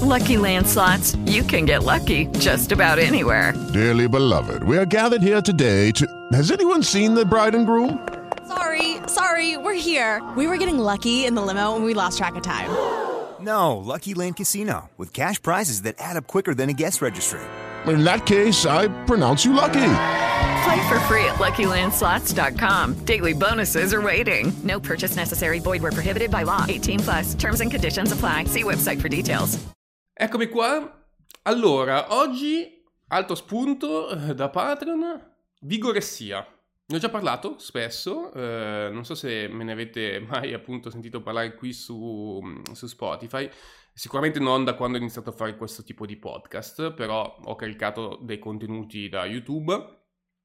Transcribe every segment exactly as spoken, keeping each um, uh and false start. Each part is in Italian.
Lucky Land Slots, you can get lucky just about anywhere. Dearly beloved, we are gathered here today to... Has anyone seen the bride and groom? Sorry, sorry, we're here. We were getting lucky in the limo and we lost track of time. No, Lucky Land Casino, with cash prizes that add up quicker than a guest registry. In that case, I pronounce you lucky. Play for free at Lucky Land Slots dot com. Daily bonuses are waiting. No purchase necessary. Void where prohibited by law. eighteen plus. Terms and conditions apply. See website for details. Eccomi qua. Allora, oggi alto spunto eh, da Patreon, vigoressia. Ne ho già parlato spesso, eh, non so se me ne avete mai appunto sentito parlare qui su, su Spotify, sicuramente non da quando ho iniziato a fare questo tipo di podcast, però ho caricato dei contenuti da YouTube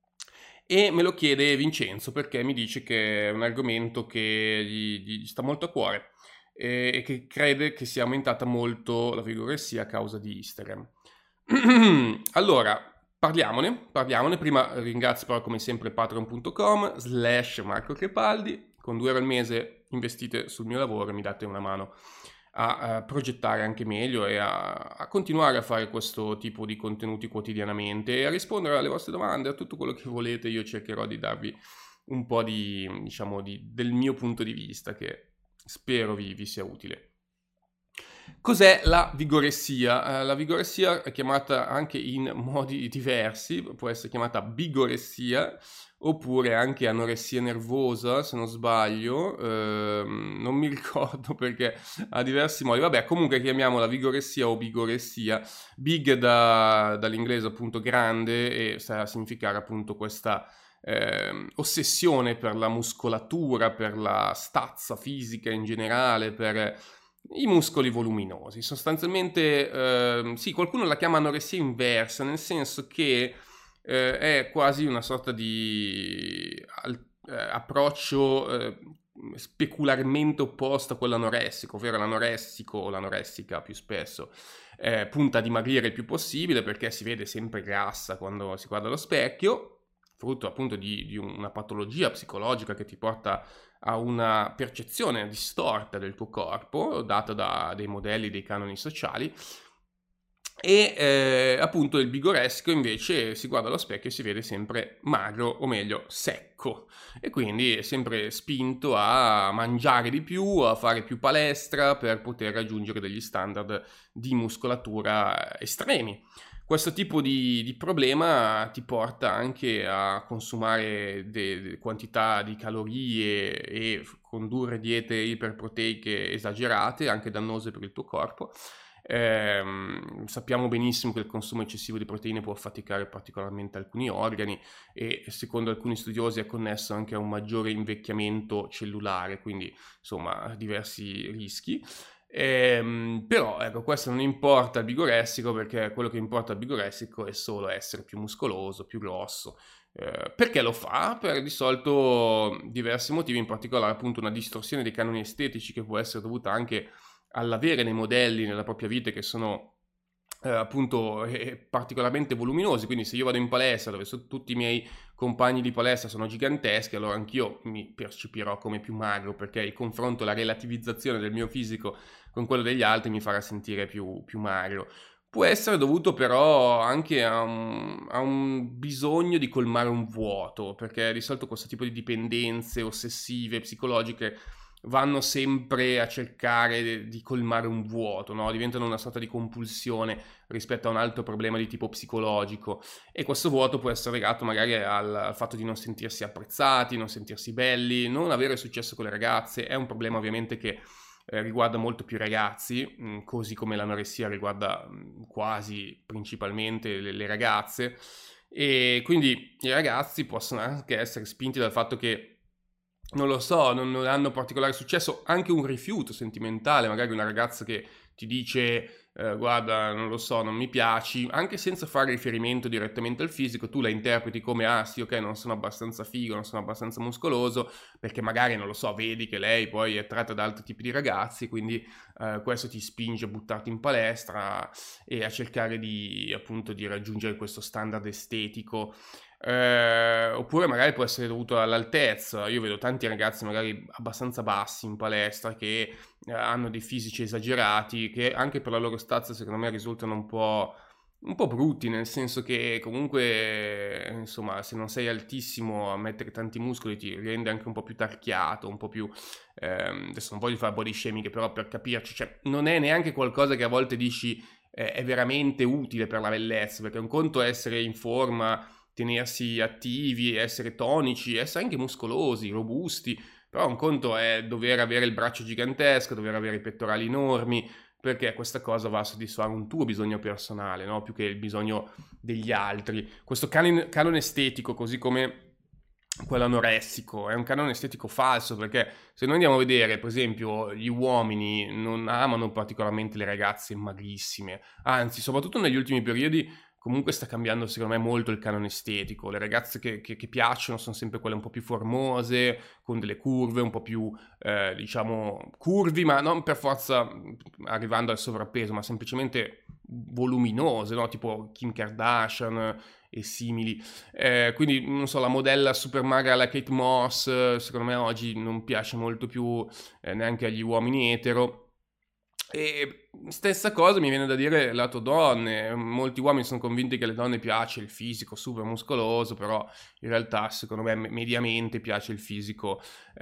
e me lo chiede Vincenzo perché mi dice che è un argomento che gli, gli sta molto a cuore e, e che crede che sia aumentata molto la vigoressia a causa di Instagram. Allora... Parliamone, parliamone. Prima ringrazio però come sempre patreon.com slash Marco Crepaldi. Con due euro al mese investite sul mio lavoro e mi date una mano a, a progettare anche meglio e a, a continuare a fare questo tipo di contenuti quotidianamente e a rispondere alle vostre domande, a tutto quello che volete. Io cercherò di darvi un po' di, diciamo, di, del mio punto di vista che spero vi, vi sia utile. Cos'è la vigoressia? Uh, la vigoressia è chiamata anche in modi diversi, può essere chiamata bigoressia oppure anche anoressia nervosa, se non sbaglio, uh, non mi ricordo perché ha diversi modi. Vabbè, comunque chiamiamola vigoressia o bigoressia, big da, dall'inglese appunto grande e sta a significare appunto questa eh, ossessione per la muscolatura, per la stazza fisica in generale, per i muscoli voluminosi. Sostanzialmente, eh, sì, qualcuno la chiama anoressia inversa, nel senso che eh, è quasi una sorta di al, eh, approccio eh, specularmente opposto a quello anoressico, ovvero l'anoressico o l'anoressica più spesso eh, punta a dimagrire il più possibile perché si vede sempre grassa quando si guarda allo specchio, frutto appunto di, di una patologia psicologica che ti porta a una percezione distorta del tuo corpo data da dei modelli, dei canoni sociali e eh, appunto il bigoressico invece si guarda allo specchio e si vede sempre magro o meglio secco e quindi è sempre spinto a mangiare di più, a fare più palestra per poter raggiungere degli standard di muscolatura estremi. Questo tipo di, di problema ti porta anche a consumare delle quantità di calorie e condurre diete iperproteiche esagerate, anche dannose per il tuo corpo. Eh, sappiamo benissimo che il consumo eccessivo di proteine può affaticare particolarmente alcuni organi e secondo alcuni studiosi è connesso anche a un maggiore invecchiamento cellulare, quindi insomma diversi rischi. Ehm, però ecco, questo non importa al bigoressico perché quello che importa al bigoressico è solo essere più muscoloso, più grosso. Eh, perché lo fa? Per di solito diversi motivi, in particolare appunto una distorsione dei canoni estetici che può essere dovuta anche all'avere dei modelli nella propria vita che sono eh, appunto eh, particolarmente voluminosi, quindi se io vado in palestra dove so, tutti i miei compagni di palestra sono giganteschi, allora anch'io mi percepirò come più magro perché il confronto, la relativizzazione del mio fisico con quello degli altri mi farà sentire più, più magro. Può essere dovuto però anche a un, a un bisogno di colmare un vuoto, perché di solito questo tipo di dipendenze ossessive, psicologiche vanno sempre a cercare di colmare un vuoto, no? Diventano una sorta di compulsione rispetto a un altro problema di tipo psicologico e questo vuoto può essere legato magari al, al fatto di non sentirsi apprezzati, non sentirsi belli, non avere successo con le ragazze. È un problema ovviamente che eh, riguarda molto più ragazzi, mh, così come l'anoressia riguarda mh, quasi principalmente le, le ragazze e quindi i ragazzi possono anche essere spinti dal fatto che non lo so, non, non hanno particolare successo, anche un rifiuto sentimentale, magari una ragazza che ti dice eh, guarda, non lo so, non mi piaci, anche senza fare riferimento direttamente al fisico, tu la interpreti come ah sì, ok, non sono abbastanza figo, non sono abbastanza muscoloso, perché magari, non lo so, vedi che lei poi è attratta da altri tipi di ragazzi, quindi eh, questo ti spinge a buttarti in palestra e a cercare di, appunto, di raggiungere questo standard estetico. Eh, oppure magari può essere dovuto all'altezza. Io vedo tanti ragazzi magari abbastanza bassi in palestra che eh, hanno dei fisici esagerati, che anche per la loro stazza secondo me risultano un po', un po' brutti, nel senso che comunque insomma se non sei altissimo a mettere tanti muscoli ti rende anche un po' più tarchiato, un po' più ehm, adesso non voglio fare body shaming, però per capirci, cioè non è neanche qualcosa che a volte dici eh, è veramente utile per la bellezza, perché un conto è essere in forma, tenersi attivi, essere tonici, essere anche muscolosi, robusti, però un conto è dover avere il braccio gigantesco, dover avere i pettorali enormi, perché questa cosa va a soddisfare un tuo bisogno personale, no? Più che il bisogno degli altri. Questo canone, canone estetico, così come quello anoressico, è un canone estetico falso, perché se noi andiamo a vedere, per esempio, gli uomini non amano particolarmente le ragazze magrissime, anzi, soprattutto negli ultimi periodi, comunque sta cambiando secondo me molto il canone estetico. Le ragazze che, che, che piacciono sono sempre quelle un po' più formose, con delle curve, un po' più, eh, diciamo, curvi, ma non per forza arrivando al sovrappeso, ma semplicemente voluminose, no? Tipo Kim Kardashian e simili. Eh, quindi, non so, la modella super magra alla Kate Moss, secondo me oggi non piace molto più eh, neanche agli uomini etero. E stessa cosa mi viene da dire lato donne. Molti uomini sono convinti che alle donne piace il fisico super muscoloso, però in realtà secondo me mediamente piace il fisico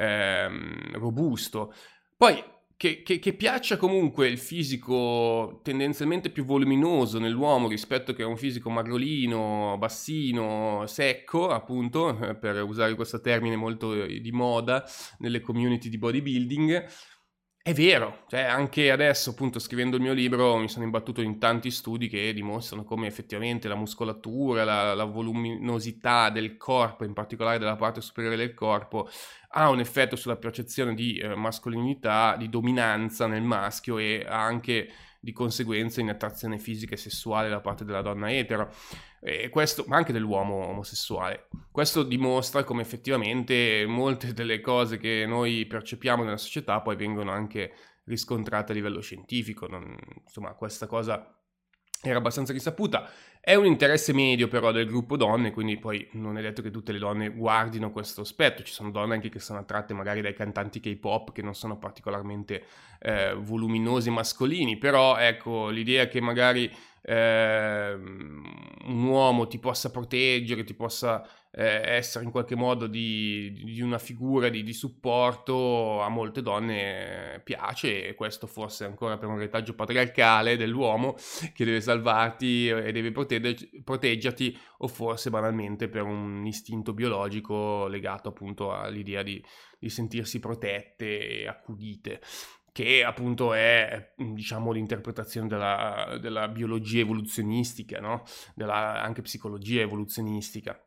ehm, robusto. Poi che, che, che piaccia comunque il fisico tendenzialmente più voluminoso nell'uomo rispetto che un fisico magrolino, bassino, secco, appunto, per usare questo termine molto di moda nelle community di bodybuilding. È vero, cioè anche adesso appunto scrivendo il mio libro mi sono imbattuto in tanti studi che dimostrano come effettivamente la muscolatura, la, la voluminosità del corpo, in particolare della parte superiore del corpo, ha un effetto sulla percezione di eh, mascolinità, di dominanza nel maschio e anche di conseguenza in attrazione fisica e sessuale da parte della donna etero, e questo, ma anche dell'uomo omosessuale. Questo dimostra come effettivamente molte delle cose che noi percepiamo nella società poi vengono anche riscontrate a livello scientifico. Non, insomma, questa cosa era abbastanza risaputa. È un interesse medio però del gruppo donne, quindi poi non è detto che tutte le donne guardino questo aspetto. Ci sono donne anche che sono attratte magari dai cantanti K-pop che non sono particolarmente eh, voluminosi mascolini, però ecco l'idea che magari eh, un uomo ti possa proteggere, ti possa eh, essere in qualche modo di, di una figura di, di supporto a molte donne piace, e questo forse ancora per un retaggio patriarcale dell'uomo che deve salvarti e deve proteggerti, proteggerti, o forse banalmente per un istinto biologico legato appunto all'idea di, di sentirsi protette e accudite, che appunto è, diciamo, l'interpretazione della, della biologia evoluzionistica, no? Della anche psicologia evoluzionistica.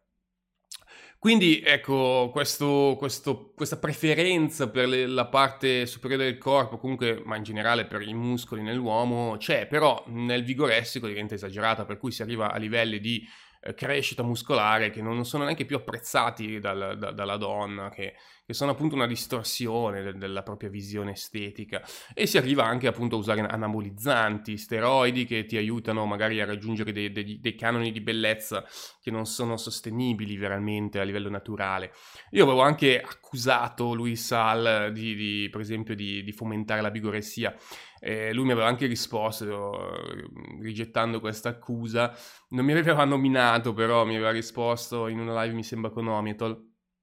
Quindi ecco, questo, questo, questa preferenza per le, la parte superiore del corpo, comunque, ma in generale per i muscoli nell'uomo, c'è, però nel vigoressico diventa esagerata, per cui si arriva a livelli di eh, crescita muscolare che non sono neanche più apprezzati dal, da, dalla donna, che, che sono appunto una distorsione de, della propria visione estetica, e si arriva anche appunto a usare anabolizzanti, steroidi che ti aiutano magari a raggiungere dei, dei, dei canoni di bellezza che non sono sostenibili veramente a livello naturale. Io avevo anche accusato Luis Sal di, di per esempio di, di fomentare la vigoressia. Eh, lui mi aveva anche risposto eh, rigettando questa accusa. Non mi aveva nominato, però mi aveva risposto in una live, mi sembra, con Omietol.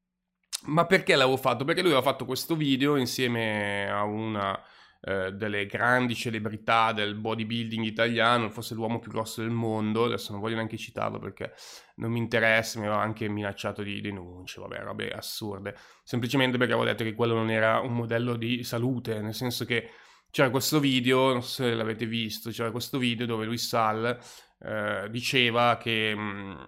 Ma perché l'avevo fatto? Perché lui aveva fatto questo video insieme a una eh, delle grandi celebrità del bodybuilding italiano, forse l'uomo più grosso del mondo. Adesso non voglio neanche citarlo perché non mi interessa, mi aveva anche minacciato di denunce, vabbè, robe assurde, semplicemente perché avevo detto che quello non era un modello di salute, nel senso che c'era questo video, non so se l'avete visto, c'era questo video dove Luis Sal eh, diceva che mh,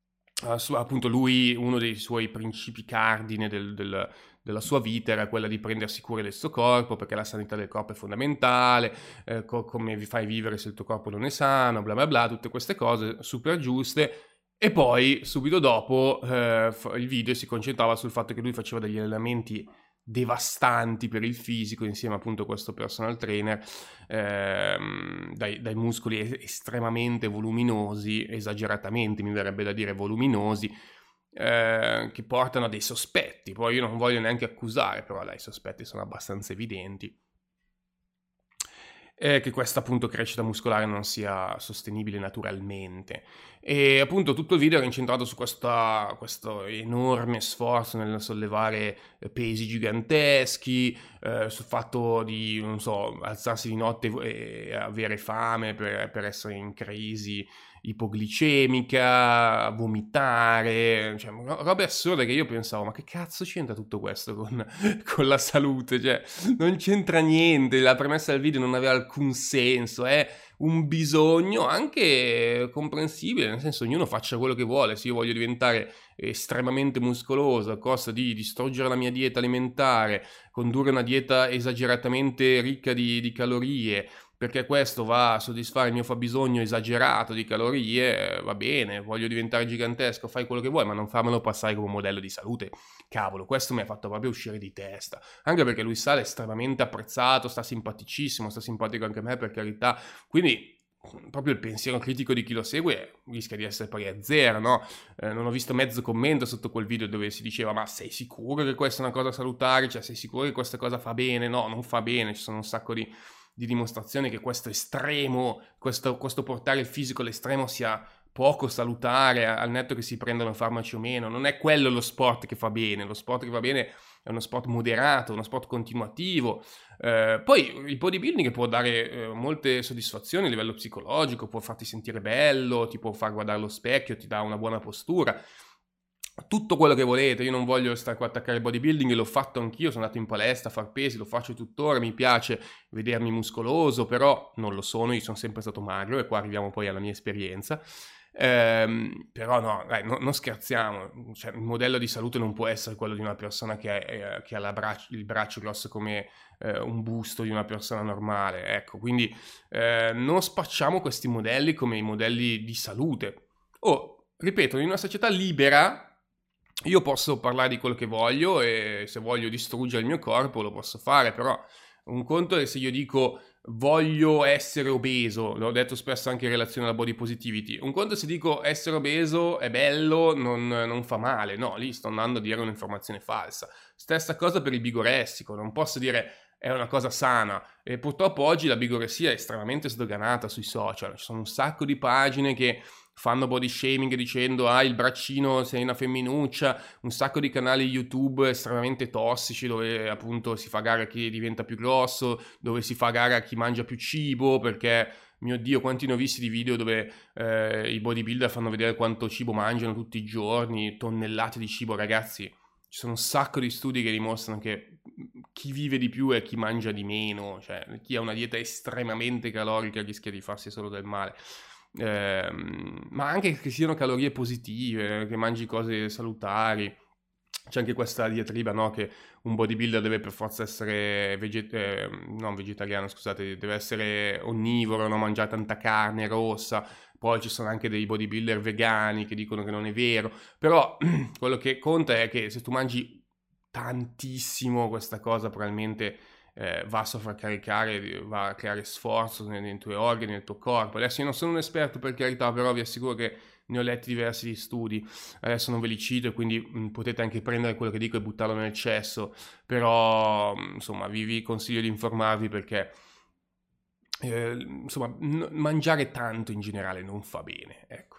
appunto lui, uno dei suoi principi cardine del, del, della sua vita era quella di prendersi cura del suo corpo, perché la sanità del corpo è fondamentale, eh, co- come vi fai vivere se il tuo corpo non è sano, bla bla bla, tutte queste cose super giuste. E poi subito dopo eh, il video si concentrava sul fatto che lui faceva degli allenamenti devastanti per il fisico insieme appunto a questo personal trainer, ehm, dai, dai muscoli estremamente voluminosi, esageratamente mi verrebbe da dire voluminosi, eh, che portano a dei sospetti. Poi io non voglio neanche accusare, però dai, i sospetti sono abbastanza evidenti. Eh, che questa appunto crescita muscolare non sia sostenibile naturalmente. E appunto tutto il video era incentrato su questa, questo enorme sforzo nel sollevare pesi giganteschi, eh, sul fatto di, non so, alzarsi di notte e avere fame per, per essere in crisi ipoglicemica, vomitare, cioè robe assurde che io pensavo, ma che cazzo c'entra tutto questo con, con la salute? Cioè, non c'entra niente, la premessa del video non aveva alcun senso, è un bisogno anche comprensibile, nel senso ognuno faccia quello che vuole. Se io voglio diventare estremamente muscoloso a costo di distruggere la mia dieta alimentare, condurre una dieta esageratamente ricca di, di calorie, perché questo va a soddisfare il mio fabbisogno esagerato di calorie, va bene, voglio diventare gigantesco, fai quello che vuoi, ma non farmelo passare come modello di salute. Cavolo, questo mi ha fatto proprio uscire di testa, anche perché lui Sale è estremamente apprezzato, sta simpaticissimo, sta simpatico anche a me, per carità, quindi proprio il pensiero critico di chi lo segue rischia di essere pari a zero, no? Eh, non ho visto mezzo commento sotto quel video dove si diceva ma sei sicuro che questa è una cosa salutare? Cioè sei sicuro che questa cosa fa bene? No, non fa bene, ci sono un sacco di di dimostrazione che questo estremo, questo, questo portare il fisico all'estremo sia poco salutare, al netto che si prendano farmaci o meno. Non è quello lo sport che fa bene, lo sport che va bene è uno sport moderato, uno sport continuativo. Eh, poi il bodybuilding può dare eh, molte soddisfazioni a livello psicologico, può farti sentire bello, ti può far guardare allo specchio, ti dà una buona postura. Tutto quello che volete, io non voglio stare qua a attaccare il bodybuilding, l'ho fatto anch'io, sono andato in palestra a far pesi, lo faccio tuttora, mi piace vedermi muscoloso, però non lo sono, io sono sempre stato magro e qua arriviamo poi alla mia esperienza. Ehm, però no, dai, no, non scherziamo, cioè, il modello di salute non può essere quello di una persona che, è, che ha la braccio, il braccio grosso come eh, un busto di una persona normale, ecco, quindi eh, non spacciamo questi modelli come i modelli di salute. Oh, ripeto, in una società libera io posso parlare di quello che voglio e se voglio distruggere il mio corpo lo posso fare, però un conto è se io dico voglio essere obeso, l'ho detto spesso anche in relazione alla body positivity, un conto è se dico essere obeso è bello, non, non fa male, no, lì sto andando a dire un'informazione falsa. Stessa cosa per il bigoressico, non posso dire è una cosa sana, e purtroppo oggi la bigoressia è estremamente sdoganata sui social, ci sono un sacco di pagine che fanno body shaming dicendo ah il braccino sei una femminuccia, un sacco di canali YouTube estremamente tossici dove appunto si fa gara a chi diventa più grosso, dove si fa gara a chi mangia più cibo, perché mio Dio quanti ne ho visti di video dove eh, i bodybuilder fanno vedere quanto cibo mangiano tutti i giorni, tonnellate di cibo. Ragazzi, ci sono un sacco di studi che dimostrano che chi vive di più è chi mangia di meno, cioè chi ha una dieta estremamente calorica rischia di farsi solo del male. Eh, ma anche che siano calorie positive, che mangi cose salutari. C'è anche questa diatriba, no? Che un bodybuilder deve per forza essere veget- eh, non vegetariano, scusate, deve essere onnivoro, no? Mangiare tanta carne rossa. Poi ci sono anche dei bodybuilder vegani che dicono che non è vero, però quello che conta è che se tu mangi tantissimo questa cosa probabilmente Eh, va a sovraccaricare, va a creare sforzo nei, nei tuoi organi, nel tuo corpo. Adesso io non sono un esperto, per carità, però vi assicuro che ne ho letti diversi studi, adesso non ve li cito e quindi mh, potete anche prendere quello che dico e buttarlo nel cesso, però mh, insomma vi, vi consiglio di informarvi perché eh, insomma n- mangiare tanto in generale non fa bene, ecco.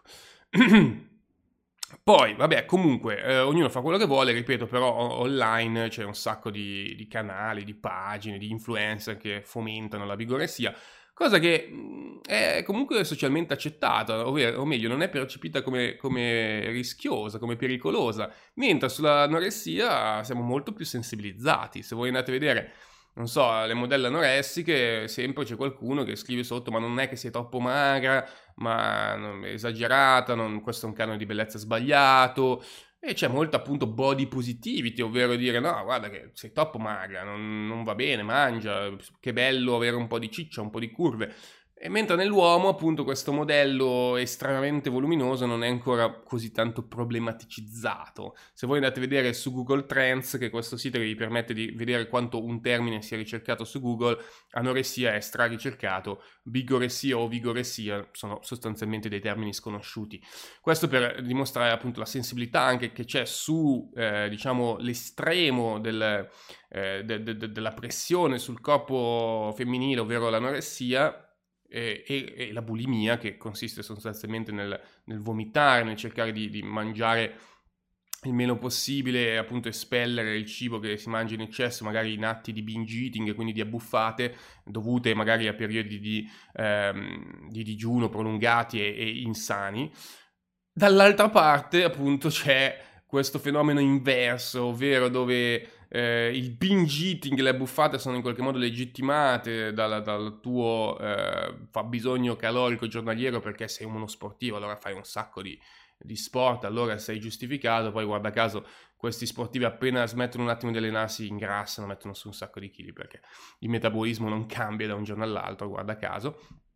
Poi, vabbè, comunque, eh, ognuno fa quello che vuole, ripeto, però online c'è un sacco di, di canali, di pagine, di influencer che fomentano la bigoressia, cosa che mh, è comunque socialmente accettata, ovvero, o meglio, non è percepita come, come rischiosa, come pericolosa, mentre sull'anoressia siamo molto più sensibilizzati. Se voi andate a vedere, non so, le modelle anoressiche, sempre c'è qualcuno che scrive sotto ma non è che sei troppo magra, ma non, è esagerata, non, questo è un canone di bellezza sbagliato, e c'è molta appunto body positivity, ovvero dire no, guarda che sei troppo magra, non, non va bene, mangia, che bello avere un po' di ciccia, un po' di curve. E mentre nell'uomo, appunto, questo modello estremamente voluminoso non è ancora così tanto problematicizzato. Se voi andate a vedere su Google Trends, che è questo sito che vi permette di vedere quanto un termine sia ricercato su Google, anoressia è straricercato, bigoressia o vigoressia sono sostanzialmente dei termini sconosciuti. Questo per dimostrare appunto la sensibilità anche che c'è su, eh, diciamo, l'estremo del, eh, de- de- de- della pressione sul corpo femminile, ovvero l'anoressia, E, e, e la bulimia, che consiste sostanzialmente nel, nel vomitare, nel cercare di, di mangiare il meno possibile e appunto espellere il cibo che si mangia in eccesso, magari in atti di binge eating, quindi di abbuffate dovute magari a periodi di, ehm, di digiuno prolungati e, e insani. Dall'altra parte appunto c'è questo fenomeno inverso, ovvero dove eh, il binge eating e le abbuffate sono in qualche modo legittimate dal, dal tuo eh, fabbisogno calorico giornaliero, perché sei uno sportivo, allora fai un sacco di, di sport, allora sei giustificato. Poi guarda caso questi sportivi appena smettono un attimo di allenarsi ingrassano, mettono su un sacco di chili, perché il metabolismo non cambia da un giorno all'altro, guarda caso.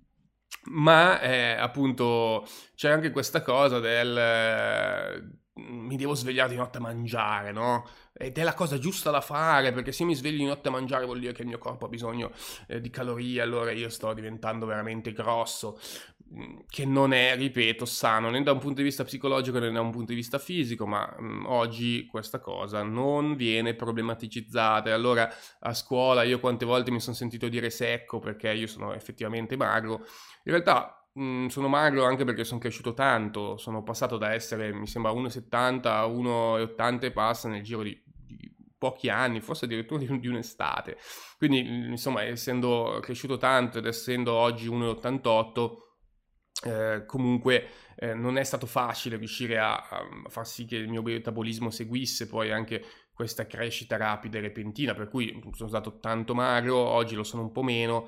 Ma eh, appunto c'è anche questa cosa del eh, mi devo svegliare di notte a mangiare, no? Ed è la cosa giusta da fare, perché se mi sveglio di notte a mangiare vuol dire che il mio corpo ha bisogno eh, di calorie, allora io sto diventando veramente grosso, che non è, ripeto, sano né da un punto di vista psicologico né da un punto di vista fisico, ma mh, oggi questa cosa non viene problematicizzata. E allora a scuola io quante volte mi sono sentito dire secco perché io sono effettivamente magro. In realtà mh, sono magro anche perché sono cresciuto tanto, sono passato da essere, mi sembra, uno virgola settanta a uno virgola ottanta e passa nel giro di, di pochi anni, forse addirittura di, di un'estate. Quindi, insomma, essendo cresciuto tanto ed essendo oggi uno virgola ottantotto, eh, comunque eh, non è stato facile riuscire a, a far sì che il mio metabolismo seguisse poi anche questa crescita rapida e repentina, per cui sono stato tanto magro, oggi lo sono un po' meno.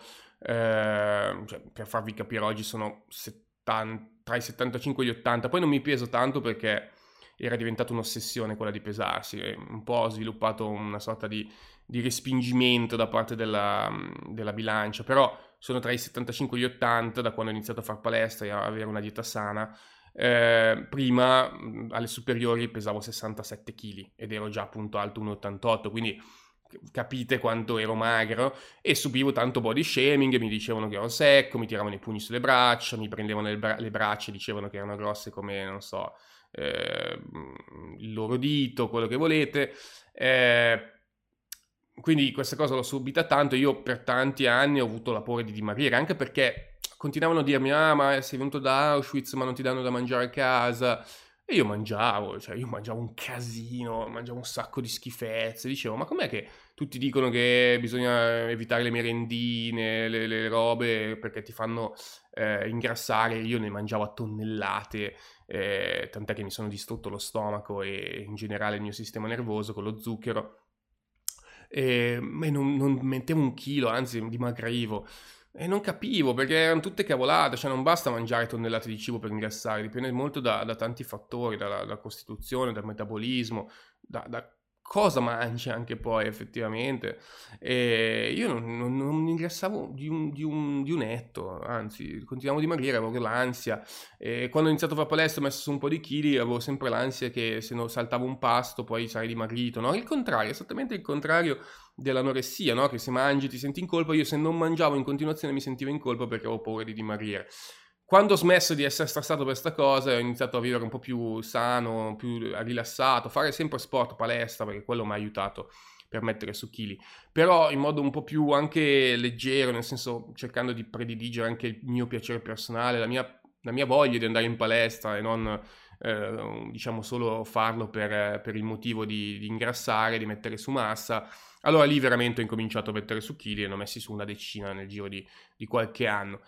Eh, cioè, per farvi capire, oggi sono settanta, tra i settantacinque e gli ottanta, poi non mi peso tanto perché era diventata un'ossessione quella di pesarsi, e un po' ho sviluppato una sorta di, di respingimento da parte della, della bilancia, però sono tra i settantacinque e gli ottanta da quando ho iniziato a fare palestra e a avere una dieta sana. Eh, prima alle superiori pesavo sessantasette chili ed ero già appunto alto uno virgola ottantotto, quindi capite quanto ero magro, e subivo tanto body shaming, mi dicevano che ero secco, mi tiravano i pugni sulle braccia, mi prendevano le, bra- le braccia e dicevano che erano grosse come, non so, eh, il loro dito, quello che volete. Eh, quindi questa cosa l'ho subita tanto. Io per tanti anni ho avuto la paura di dimagrire, anche perché continuavano a dirmi: ah, ma sei venuto da Auschwitz ma non ti danno da mangiare a casa. E io mangiavo, cioè io mangiavo un casino, mangiavo un sacco di schifezze. Dicevo, ma com'è che tutti dicono che bisogna evitare le merendine, le, le robe perché ti fanno eh, ingrassare? Io ne mangiavo a tonnellate, eh, tant'è che mi sono distrutto lo stomaco e in generale il mio sistema nervoso con lo zucchero. E, e non, non mettevo un chilo, anzi dimagrivo. E non capivo, perché erano tutte cavolate, cioè non basta mangiare tonnellate di cibo per ingrassare, dipende molto da, da tanti fattori, dalla, dalla costituzione, dal metabolismo, da, da cosa mangi anche poi effettivamente. E io non, non, non ingrassavo di un, di, un, di un etto, anzi continuavo a dimagrire, avevo l'ansia. E quando ho iniziato a fare palestra, ho messo su un po' di chili, avevo sempre l'ansia che se non saltavo un pasto poi sarei dimagrito, no? Il contrario, esattamente il contrario dell'anoressia, no? Che se mangi ti senti in colpa. Io se non mangiavo in continuazione mi sentivo in colpa perché avevo paura di dimagrire. Quando ho smesso di essere stressato per questa cosa, ho iniziato a vivere un po' più sano, più rilassato, fare sempre sport, palestra, perché quello mi ha aiutato per mettere su chili, però in modo un po' più anche leggero, nel senso cercando di prediligere anche il mio piacere personale, la mia, la mia voglia di andare in palestra e non eh, diciamo solo farlo per, per il motivo di, di ingrassare, di mettere su massa. Allora lì veramente ho incominciato a mettere su chili e ne ho messi su una decina nel giro di, di qualche anno.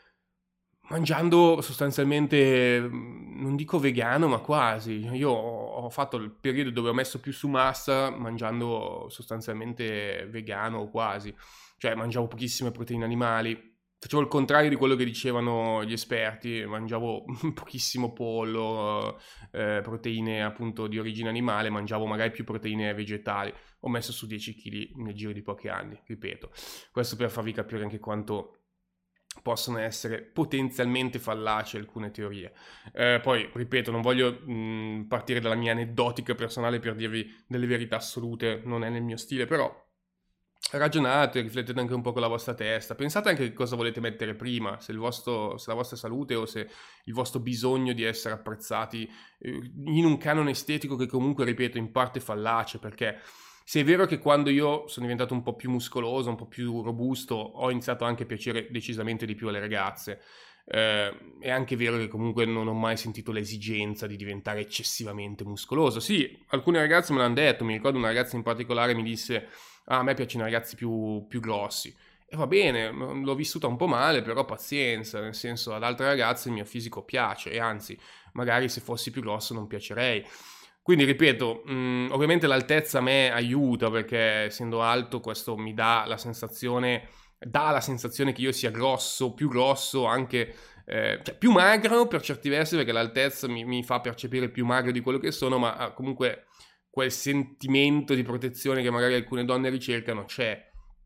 Mangiando sostanzialmente, non dico vegano, ma quasi. Io ho fatto il periodo dove ho messo più su massa mangiando sostanzialmente vegano o quasi. Cioè mangiavo pochissime proteine animali. Facevo il contrario di quello che dicevano gli esperti. Mangiavo pochissimo pollo, eh, proteine appunto di origine animale. Mangiavo magari più proteine vegetali. Ho messo su dieci chili nel giro di pochi anni, ripeto. Questo per farvi capire anche quanto possono essere potenzialmente fallaci alcune teorie. Eh, poi, ripeto, non voglio mh, partire dalla mia aneddotica personale per dirvi delle verità assolute, non è nel mio stile, però ragionate, riflettete anche un po' con la vostra testa, pensate anche che cosa volete mettere prima, se, il vostro, se la vostra salute o se il vostro bisogno di essere apprezzati eh, in un canone estetico che comunque, ripeto, in parte è fallace, perché se è vero che quando io sono diventato un po' più muscoloso, un po' più robusto, ho iniziato anche a piacere decisamente di più alle ragazze, eh, è anche vero che comunque non ho mai sentito l'esigenza di diventare eccessivamente muscoloso. Sì, alcune ragazze me l'hanno detto, mi ricordo una ragazza in particolare mi disse ah, a me piacciono i ragazzi più, più grossi. E va bene, l'ho vissuta un po' male, però pazienza, nel senso ad altre ragazze il mio fisico piace e anzi, magari se fossi più grosso non piacerei. Quindi ripeto, mh, ovviamente l'altezza a me aiuta perché essendo alto questo mi dà la sensazione, dà la sensazione che io sia grosso, più grosso, anche eh, cioè più magro per certi versi perché l'altezza mi, mi fa percepire più magro di quello che sono, ma ah, comunque quel sentimento di protezione che magari alcune donne ricercano c'è.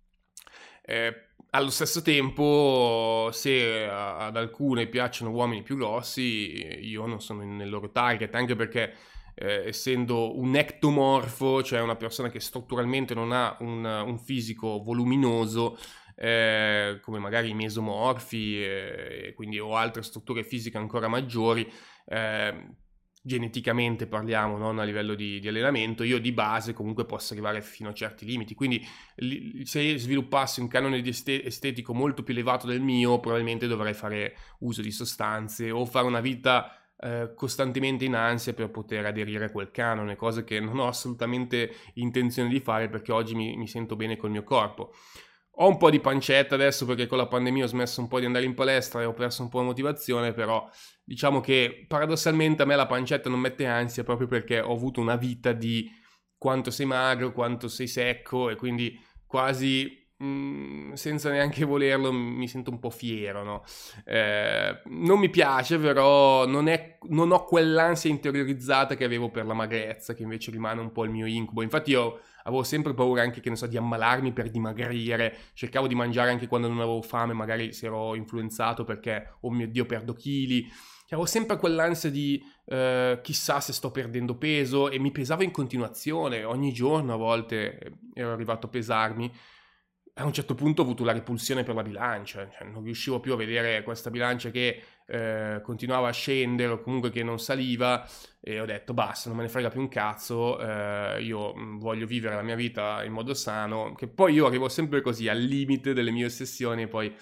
Eh, allo stesso tempo, se ad alcune piacciono uomini più grossi, io non sono nel loro target, anche perché eh, essendo un ectomorfo, cioè una persona che strutturalmente non ha un, un fisico voluminoso, eh, come magari i mesomorfi, eh, quindi o altre strutture fisiche ancora maggiori, eh, geneticamente parliamo, non a livello di, di allenamento, io di base comunque posso arrivare fino a certi limiti, quindi li, se sviluppassi un canone di este- estetico molto più elevato del mio, probabilmente dovrei fare uso di sostanze o fare una vita eh, costantemente in ansia per poter aderire a quel canone, cosa che non ho assolutamente intenzione di fare perché oggi mi, mi sento bene col mio corpo. Ho un po' di pancetta adesso perché con la pandemia ho smesso un po' di andare in palestra e ho perso un po' di motivazione, però diciamo che paradossalmente a me la pancetta non mette ansia proprio perché ho avuto una vita di quanto sei magro, quanto sei secco e quindi quasi mh, senza neanche volerlo mi sento un po' fiero, no? Eh, non mi piace, però non, è, non ho quell'ansia interiorizzata che avevo per la magrezza, che invece rimane un po' il mio incubo. Infatti io avevo sempre paura anche, che ne so, di ammalarmi per dimagrire, cercavo di mangiare anche quando non avevo fame, magari se ero influenzato perché, oh mio Dio, perdo chili. Avevo sempre quell'ansia di eh, chissà se sto perdendo peso e mi pesavo in continuazione, ogni giorno a volte ero arrivato a pesarmi. A un certo punto ho avuto la repulsione per la bilancia, cioè non riuscivo più a vedere questa bilancia che eh, continuava a scendere o comunque che non saliva e ho detto basta, non me ne frega più un cazzo, eh, io voglio vivere la mia vita in modo sano, che poi io arrivo sempre così al limite delle mie ossessioni e poi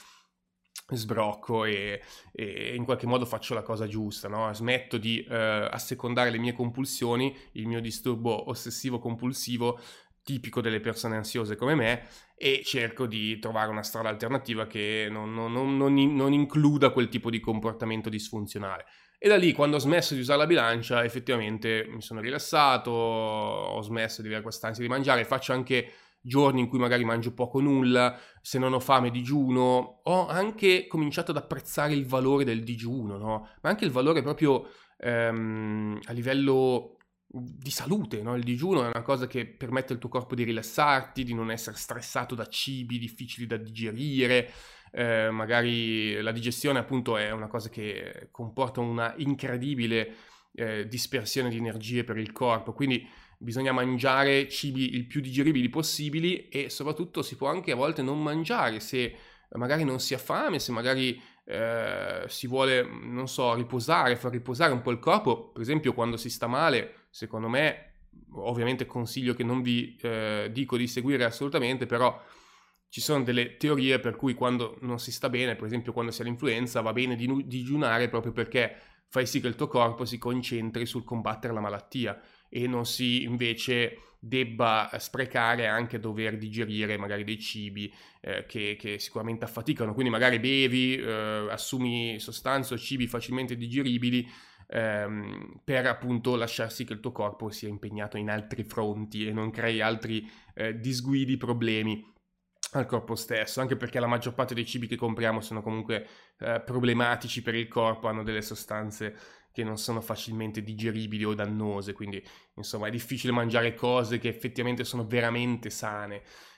sbrocco e, e in qualche modo faccio la cosa giusta, no? Smetto di eh, assecondare le mie compulsioni, il mio disturbo ossessivo compulsivo tipico delle persone ansiose come me e cerco di trovare una strada alternativa che non, non, non, non, non includa quel tipo di comportamento disfunzionale. E da lì, quando ho smesso di usare la bilancia, effettivamente mi sono rilassato, ho smesso di avere quest'ansia di mangiare, faccio anche giorni in cui magari mangio poco o nulla, se non ho fame digiuno, ho anche cominciato ad apprezzare il valore del digiuno, no? Ma anche il valore proprio ehm, a livello di salute, no? Il digiuno è una cosa che permette al tuo corpo di rilassarti, di non essere stressato da cibi difficili da digerire, eh, magari la digestione appunto è una cosa che comporta una incredibile eh, dispersione di energie per il corpo, quindi bisogna mangiare cibi il più digeribili possibili e soprattutto si può anche a volte non mangiare se magari non si ha fame, se magari eh, si vuole, non so, riposare, far riposare un po' il corpo. Per esempio quando si sta male, secondo me, ovviamente consiglio che non vi eh, dico di seguire assolutamente, però ci sono delle teorie per cui quando non si sta bene, per esempio quando si ha l'influenza, va bene di digiunare proprio perché fai sì che il tuo corpo si concentri sul combattere la malattia e non si invece debba sprecare anche dover digerire magari dei cibi eh, che, che sicuramente affaticano. Quindi magari bevi, eh, assumi sostanze o cibi facilmente digeribili ehm, per appunto lasciar sì che il tuo corpo sia impegnato in altri fronti e non crei altri eh, disguidi, problemi al corpo stesso, anche perché la maggior parte dei cibi che compriamo sono comunque eh, problematici per il corpo, hanno delle sostanze che non sono facilmente digeribili o dannose, quindi insomma è difficile mangiare cose che effettivamente sono veramente sane.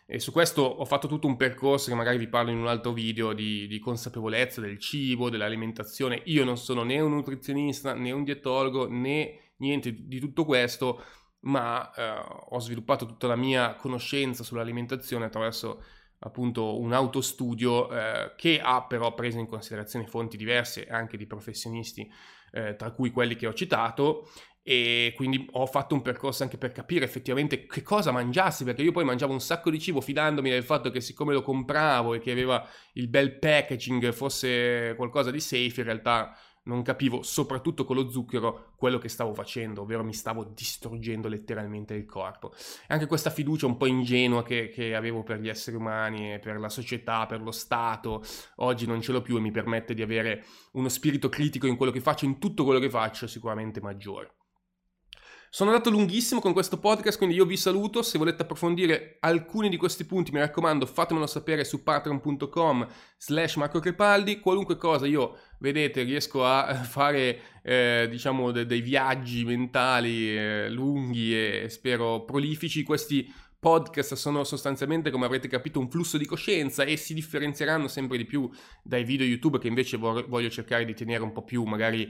E su questo ho fatto tutto un percorso che magari vi parlo in un altro video di, di consapevolezza del cibo, dell'alimentazione. Io non sono né un nutrizionista, né un dietologo, né niente di tutto questo, ma eh, ho sviluppato tutta la mia conoscenza sull'alimentazione attraverso appunto un autostudio eh, che ha però preso in considerazione fonti diverse anche di professionisti, eh, tra cui quelli che ho citato, e quindi ho fatto un percorso anche per capire effettivamente che cosa mangiassi, perché io poi mangiavo un sacco di cibo fidandomi del fatto che siccome lo compravo e che aveva il bel packaging fosse qualcosa di safe, in realtà non capivo, soprattutto con lo zucchero, quello che stavo facendo, ovvero mi stavo distruggendo letteralmente il corpo. E anche questa fiducia un po' ingenua che, che avevo per gli esseri umani, e per la società, per lo Stato, oggi non ce l'ho più e mi permette di avere uno spirito critico in quello che faccio, in tutto quello che faccio, sicuramente maggiore. Sono andato lunghissimo con questo podcast, quindi io vi saluto. Se volete approfondire alcuni di questi punti, mi raccomando, fatemelo sapere su patreon punto com slash Marco Crepaldi. Qualunque cosa io, vedete, riesco a fare, eh, diciamo, de- dei viaggi mentali eh, lunghi e spero prolifici. Questi podcast sono sostanzialmente, come avrete capito, un flusso di coscienza e si differenzieranno sempre di più dai video YouTube, che invece voglio cercare di tenere un po' più magari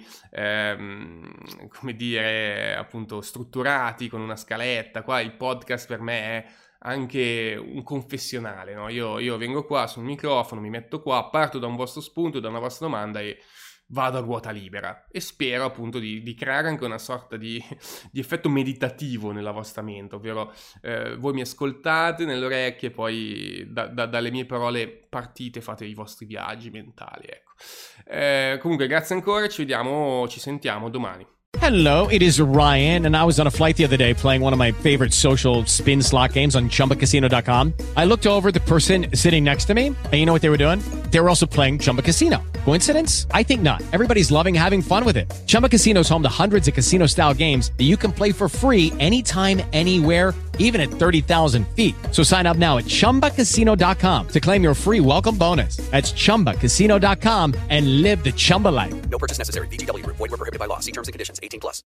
ehm, come dire, appunto strutturati, con una scaletta. Qua il podcast per me è anche un confessionale, no? Io, io vengo qua sul microfono, mi metto qua, parto da un vostro spunto, da una vostra domanda e vado a ruota libera, e spero appunto di, di creare anche una sorta di, di effetto meditativo nella vostra mente, ovvero eh, voi mi ascoltate nelle orecchie e poi da, da, dalle mie parole partite, fate i vostri viaggi mentali, ecco. Eh, comunque grazie ancora, ci vediamo, ci sentiamo domani. Hello, it is Ryan, and I was on a flight the other day playing one of my favorite social spin slot games on chumba casino dot com. I looked over at the person sitting next to me, and you know what they were doing? They were also playing Chumba Casino. Coincidence? I think not. Everybody's loving having fun with it. Chumba Casino is home to hundreds of casino-style games that you can play for free anytime, anywhere, even at thirty thousand feet. So sign up now at chumba casino dot com to claim your free welcome bonus. That's chumba casino dot com and live the Chumba life. No purchase necessary. V G W. Void where prohibited by law. See terms and conditions. eighteen plus.